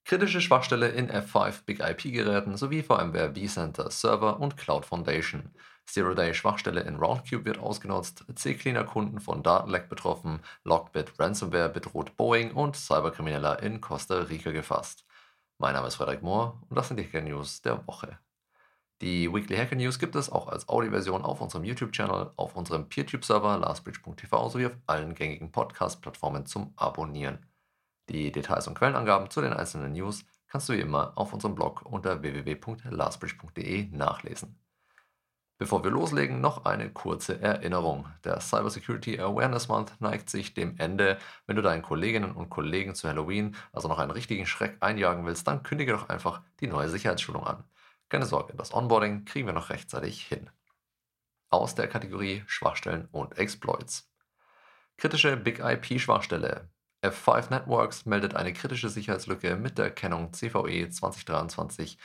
Kritische Schwachstelle in F5 Big IP-Geräten sowie VMware vCenter Server und Cloud Foundation. Zero-Day-Schwachstelle in Roundcube wird ausgenutzt, CCleaner-Kunden von Datenleck betroffen, Lockbit Ransomware bedroht Boeing und Cyberkrimineller in Costa Rica gefasst. Mein Name ist Frederik Mohr und das sind die Hacker News der Woche. Die Weekly Hacker News gibt es auch als Audioversion auf unserem YouTube-Channel, auf unserem PeerTube-Server lastbridge.tv sowie auf allen gängigen Podcast-Plattformen zum Abonnieren. Die Details und Quellenangaben zu den einzelnen News kannst du wie immer auf unserem Blog unter www.lastbridge.de nachlesen. Bevor wir loslegen, noch eine kurze Erinnerung. Der Cybersecurity Awareness Month neigt sich dem Ende. Wenn du deinen Kolleginnen und Kollegen zu Halloween also noch einen richtigen Schreck einjagen willst, dann kündige doch einfach die neue Sicherheitsschulung an. Keine Sorge, das Onboarding kriegen wir noch rechtzeitig hin. Aus der Kategorie Schwachstellen und Exploits. Kritische Big IP-Schwachstelle. F5 Networks meldet eine kritische Sicherheitslücke mit der Kennung CVE 2023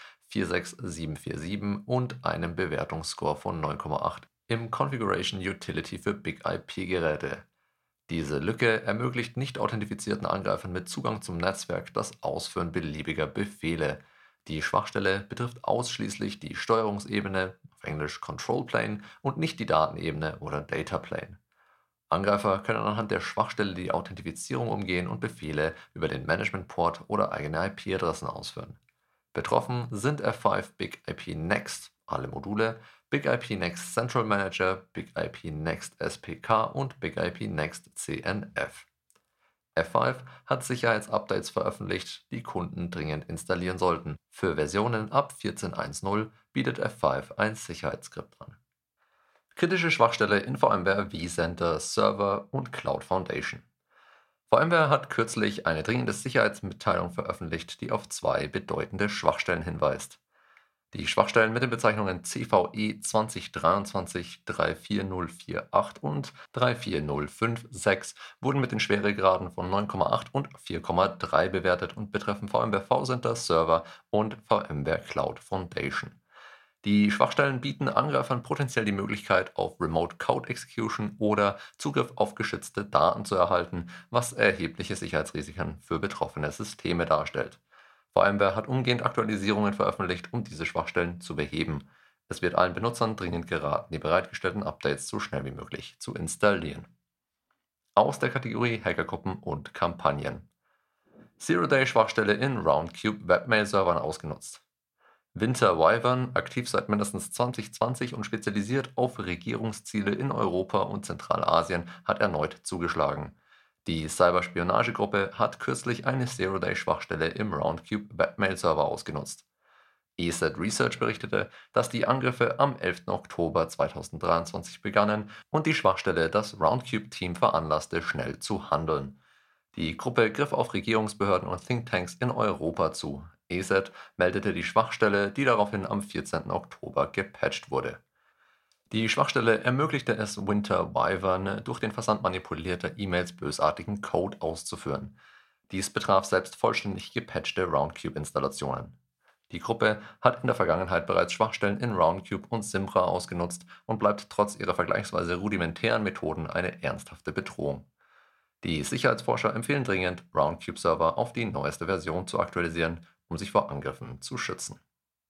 46747 und einem Bewertungsscore von 9,8 im Configuration Utility für Big IP-Geräte. Diese Lücke ermöglicht nicht authentifizierten Angreifern mit Zugang zum Netzwerk das Ausführen beliebiger Befehle. Die Schwachstelle betrifft ausschließlich die Steuerungsebene, auf Englisch Control Plane, und nicht die Datenebene oder Data Plane. Angreifer können anhand der Schwachstelle die Authentifizierung umgehen und Befehle über den Management-Port oder eigene IP-Adressen ausführen. Betroffen sind F5 Big IP Next, alle Module, Big IP Next Central Manager, Big IP Next SPK und Big IP Next CNF. F5 hat Sicherheitsupdates veröffentlicht, die Kunden dringend installieren sollten. Für Versionen ab 14.1.0 bietet F5 ein Sicherheitsskript an. Kritische Schwachstelle in VMware vCenter Server und Cloud Foundation. VMware hat kürzlich eine dringende Sicherheitsmitteilung veröffentlicht, die auf zwei bedeutende Schwachstellen hinweist. Die Schwachstellen mit den Bezeichnungen CVE 2023 34048 und 34056 wurden mit den Schweregraden von 9,8 und 4,3 bewertet und betreffen VMware vCenter Server und VMware Cloud Foundation. Die Schwachstellen bieten Angreifern potenziell die Möglichkeit, auf Remote Code Execution oder Zugriff auf geschützte Daten zu erhalten, was erhebliche Sicherheitsrisiken für betroffene Systeme darstellt. VMware hat umgehend Aktualisierungen veröffentlicht, um diese Schwachstellen zu beheben. Es wird allen Benutzern dringend geraten, die bereitgestellten Updates so schnell wie möglich zu installieren. Aus der Kategorie Hackergruppen und Kampagnen. Zero-Day-Schwachstelle in Roundcube Webmail-Servern ausgenutzt. Winter Wyvern, aktiv seit mindestens 2020 und spezialisiert auf Regierungsziele in Europa und Zentralasien, hat erneut zugeschlagen. Die Cyberspionagegruppe hat kürzlich eine Zero-Day-Schwachstelle im Roundcube Webmail-Server ausgenutzt. ESET Research berichtete, dass die Angriffe am 11. Oktober 2023 begannen und die Schwachstelle das Roundcube-Team veranlasste, schnell zu handeln. Die Gruppe griff auf Regierungsbehörden und Thinktanks in Europa zu. ESET meldete die Schwachstelle, die daraufhin am 14. Oktober gepatcht wurde. Die Schwachstelle ermöglichte es Winter Wyvern, durch den Versand manipulierter E-Mails bösartigen Code auszuführen. Dies betraf selbst vollständig gepatchte Roundcube-Installationen. Die Gruppe hat in der Vergangenheit bereits Schwachstellen in Roundcube und Zimbra ausgenutzt und bleibt trotz ihrer vergleichsweise rudimentären Methoden eine ernsthafte Bedrohung. Die Sicherheitsforscher empfehlen dringend, Roundcube-Server auf die neueste Version zu aktualisieren, um sich vor Angriffen zu schützen.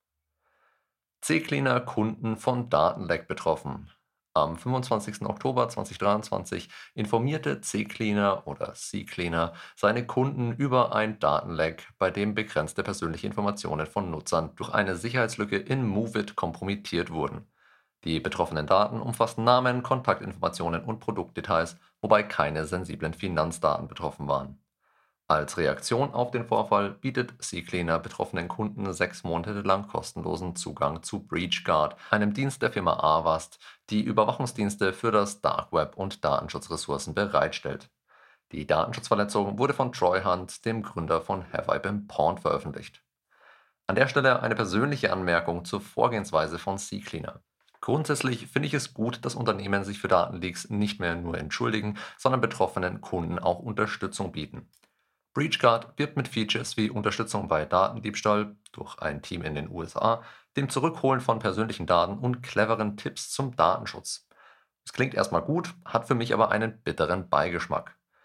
CCleaner-Kunden von Datenleck betroffen. Am 25. Oktober 2023 informierte CCleaner oder CCleaner seine Kunden über ein Datenleck, bei dem begrenzte persönliche Informationen von Nutzern durch eine Sicherheitslücke in MOVEit kompromittiert wurden. Die betroffenen Daten umfassten Namen, Kontaktinformationen und Produktdetails, wobei keine sensiblen Finanzdaten betroffen waren. Als Reaktion auf den Vorfall bietet CCleaner betroffenen Kunden 6 Monate lang kostenlosen Zugang zu BreachGuard, einem Dienst der Firma Avast, die Überwachungsdienste für das Dark Web und Datenschutzressourcen bereitstellt. Die Datenschutzverletzung wurde von Troy Hunt, dem Gründer von Have I Been Pawned, veröffentlicht. An der Stelle eine persönliche Anmerkung zur Vorgehensweise von CCleaner. Grundsätzlich finde ich es gut, dass Unternehmen sich für Datenleaks nicht mehr nur entschuldigen, sondern betroffenen Kunden auch Unterstützung bieten. BreachGuard wirbt mit Features wie Unterstützung bei Datendiebstahl durch ein Team in den USA, dem Zurückholen von persönlichen Daten und cleveren Tipps zum Datenschutz. Es klingt erstmal gut, hat für mich aber einen bitteren Beigeschmack.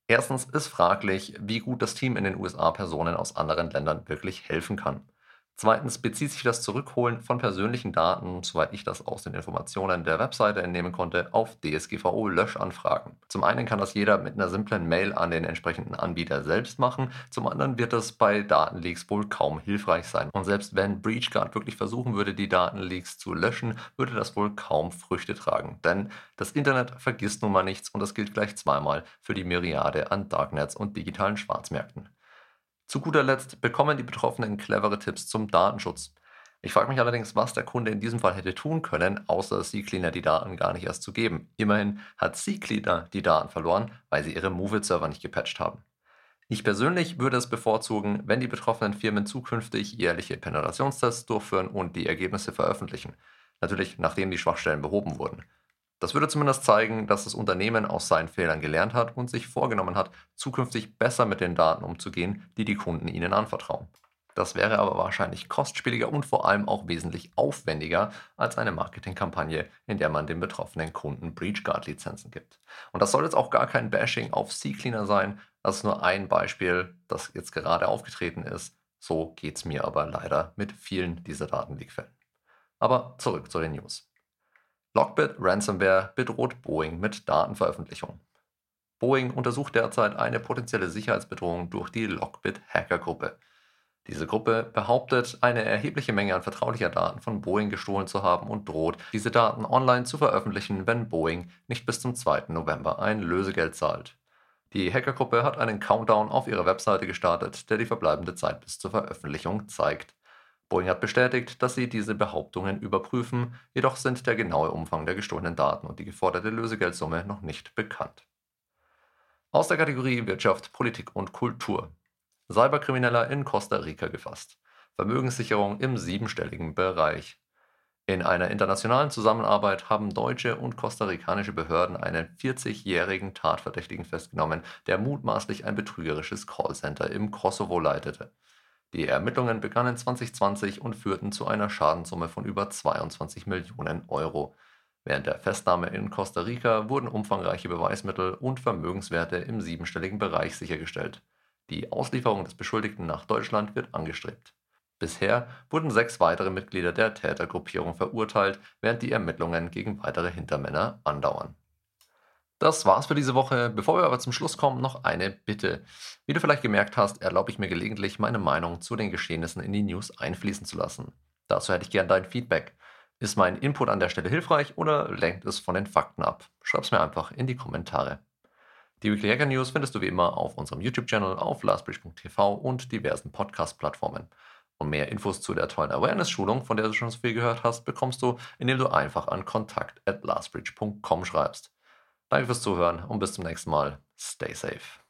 Erstens ist fraglich, wie gut das Team in den USA Personen aus anderen Ländern wirklich helfen kann. Zweitens bezieht sich das Zurückholen von persönlichen Daten, soweit ich das aus den Informationen der Webseite entnehmen konnte, auf DSGVO-Löschanfragen. Zum einen kann das jeder mit einer simplen Mail an den entsprechenden Anbieter selbst machen, zum anderen wird das bei Datenleaks wohl kaum hilfreich sein. Und selbst wenn BreachGuard wirklich versuchen würde, die Datenleaks zu löschen, würde das wohl kaum Früchte tragen. Denn das Internet vergisst nun mal nichts und das gilt gleich zweimal für die Myriade an Darknets und digitalen Schwarzmärkten. Zu guter Letzt bekommen die Betroffenen clevere Tipps zum Datenschutz. Ich frage mich allerdings, was der Kunde in diesem Fall hätte tun können, außer CCleaner die Daten gar nicht erst zu geben. Immerhin hat CCleaner die Daten verloren, weil sie ihre MOVEit-Server nicht gepatcht haben. Ich persönlich würde es bevorzugen, wenn die betroffenen Firmen zukünftig jährliche Penetrationstests durchführen und die Ergebnisse veröffentlichen. Natürlich, nachdem die Schwachstellen behoben wurden. Das würde zumindest zeigen, dass das Unternehmen aus seinen Fehlern gelernt hat und sich vorgenommen hat, zukünftig besser mit den Daten umzugehen, die die Kunden ihnen anvertrauen. Das wäre aber wahrscheinlich kostspieliger und vor allem auch wesentlich aufwendiger als eine Marketingkampagne, in der man den betroffenen Kunden BreachGuard-Lizenzen gibt. Und das soll jetzt auch gar kein Bashing auf CCleaner sein. Das ist nur ein Beispiel, das jetzt gerade aufgetreten ist. So geht es mir aber leider mit vielen dieser Datenleak-Fällen. Aber zurück zu den News. Lockbit Ransomware bedroht Boeing mit Datenveröffentlichung. Boeing untersucht derzeit eine potenzielle Sicherheitsbedrohung durch die Lockbit-Hackergruppe. Diese Gruppe behauptet, eine erhebliche Menge an vertraulicher Daten von Boeing gestohlen zu haben und droht, diese Daten online zu veröffentlichen, wenn Boeing nicht bis zum 2. November ein Lösegeld zahlt. Die Hackergruppe hat einen Countdown auf ihrer Webseite gestartet, der die verbleibende Zeit bis zur Veröffentlichung zeigt. Boeing hat bestätigt, dass sie diese Behauptungen überprüfen, jedoch sind der genaue Umfang der gestohlenen Daten und die geforderte Lösegeldsumme noch nicht bekannt. Aus der Kategorie Wirtschaft, Politik und Kultur. Cyberkrimineller in Costa Rica gefasst. Vermögenssicherung im siebenstelligen Bereich. In einer internationalen Zusammenarbeit haben deutsche und kostarikanische Behörden einen 40-jährigen Tatverdächtigen festgenommen, der mutmaßlich ein betrügerisches Callcenter im Kosovo leitete. Die Ermittlungen begannen 2020 und führten zu einer Schadenssumme von über 22 Millionen Euro. Während der Festnahme in Costa Rica wurden umfangreiche Beweismittel und Vermögenswerte im siebenstelligen Bereich sichergestellt. Die Auslieferung des Beschuldigten nach Deutschland wird angestrebt. Bisher wurden 6 weitere Mitglieder der Tätergruppierung verurteilt, während die Ermittlungen gegen weitere Hintermänner andauern. Das war's für diese Woche. Bevor wir aber zum Schluss kommen, noch eine Bitte. Wie du vielleicht gemerkt hast, erlaube ich mir gelegentlich, meine Meinung zu den Geschehnissen in die News einfließen zu lassen. Dazu hätte ich gern dein Feedback. Ist mein Input an der Stelle hilfreich oder lenkt es von den Fakten ab? Schreib's mir einfach in die Kommentare. Die Weekly Hacker News findest du wie immer auf unserem YouTube-Channel, auf lastbridge.tv und diversen Podcast-Plattformen. Und mehr Infos zu der tollen Awareness-Schulung, von der du schon so viel gehört hast, bekommst du, indem du einfach an kontakt@lastbridge.com schreibst. Danke fürs Zuhören und bis zum nächsten Mal. Stay safe.